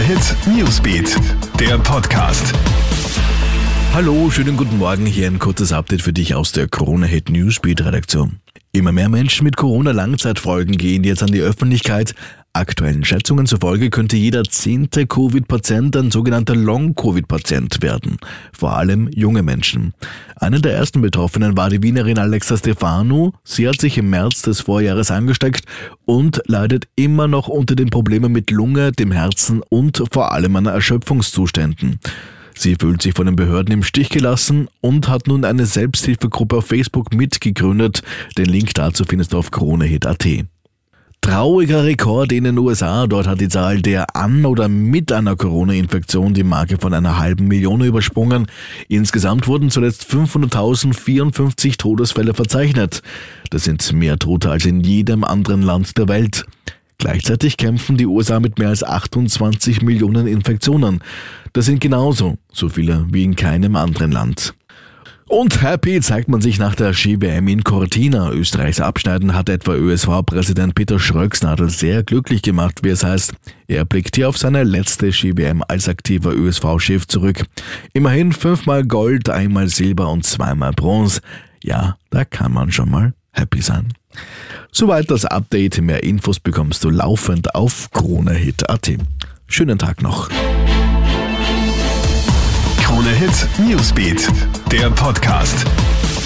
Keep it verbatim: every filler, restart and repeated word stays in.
Hit Newsbeat, der Podcast. Hallo, schönen guten Morgen. Hier ein kurzes Update für dich aus der Krone-Hit Newsbeat Redaktion. Immer mehr Menschen mit Corona-Langzeitfolgen gehen jetzt an die Öffentlichkeit. Aktuellen Schätzungen zufolge könnte jeder zehnte Covid-Patient ein sogenannter Long-Covid-Patient werden. Vor allem junge Menschen. Eine der ersten Betroffenen war die Wienerin Alexa Stefanou. Sie hat sich im März des Vorjahres angesteckt und leidet immer noch unter den Problemen mit Lunge, dem Herzen und vor allem an Erschöpfungszuständen. Sie fühlt sich von den Behörden im Stich gelassen und hat nun eine Selbsthilfegruppe auf Facebook mitgegründet. Den Link dazu findest du auf kronehit punkt at. Trauriger Rekord in den U S A. Dort hat die Zahl der an oder mit einer Corona-Infektion die Marke von einer halben Million übersprungen. Insgesamt wurden zuletzt fünfhunderttausendvierundfünfzig Todesfälle verzeichnet. Das sind mehr Tote als in jedem anderen Land der Welt. Gleichzeitig kämpfen die U S A mit mehr als achtundzwanzig Millionen Infektionen. Das sind genauso so viele wie in keinem anderen Land. Und happy zeigt man sich nach der Ski-W M in Cortina. Österreichs Abschneiden hat etwa Ö S V-Präsident Peter Schröcksnadel sehr glücklich gemacht, wie es heißt. Er blickt hier auf seine letzte Ski-W M als aktiver Ö S V-Chef zurück. Immerhin fünfmal Gold, einmal Silber und zweimal Bronze. Ja, da kann man schon mal happy sein. Soweit das Update. Mehr Infos bekommst du laufend auf kronehit punkt at. Schönen Tag noch. Krone Hit Newsbeat, der Podcast.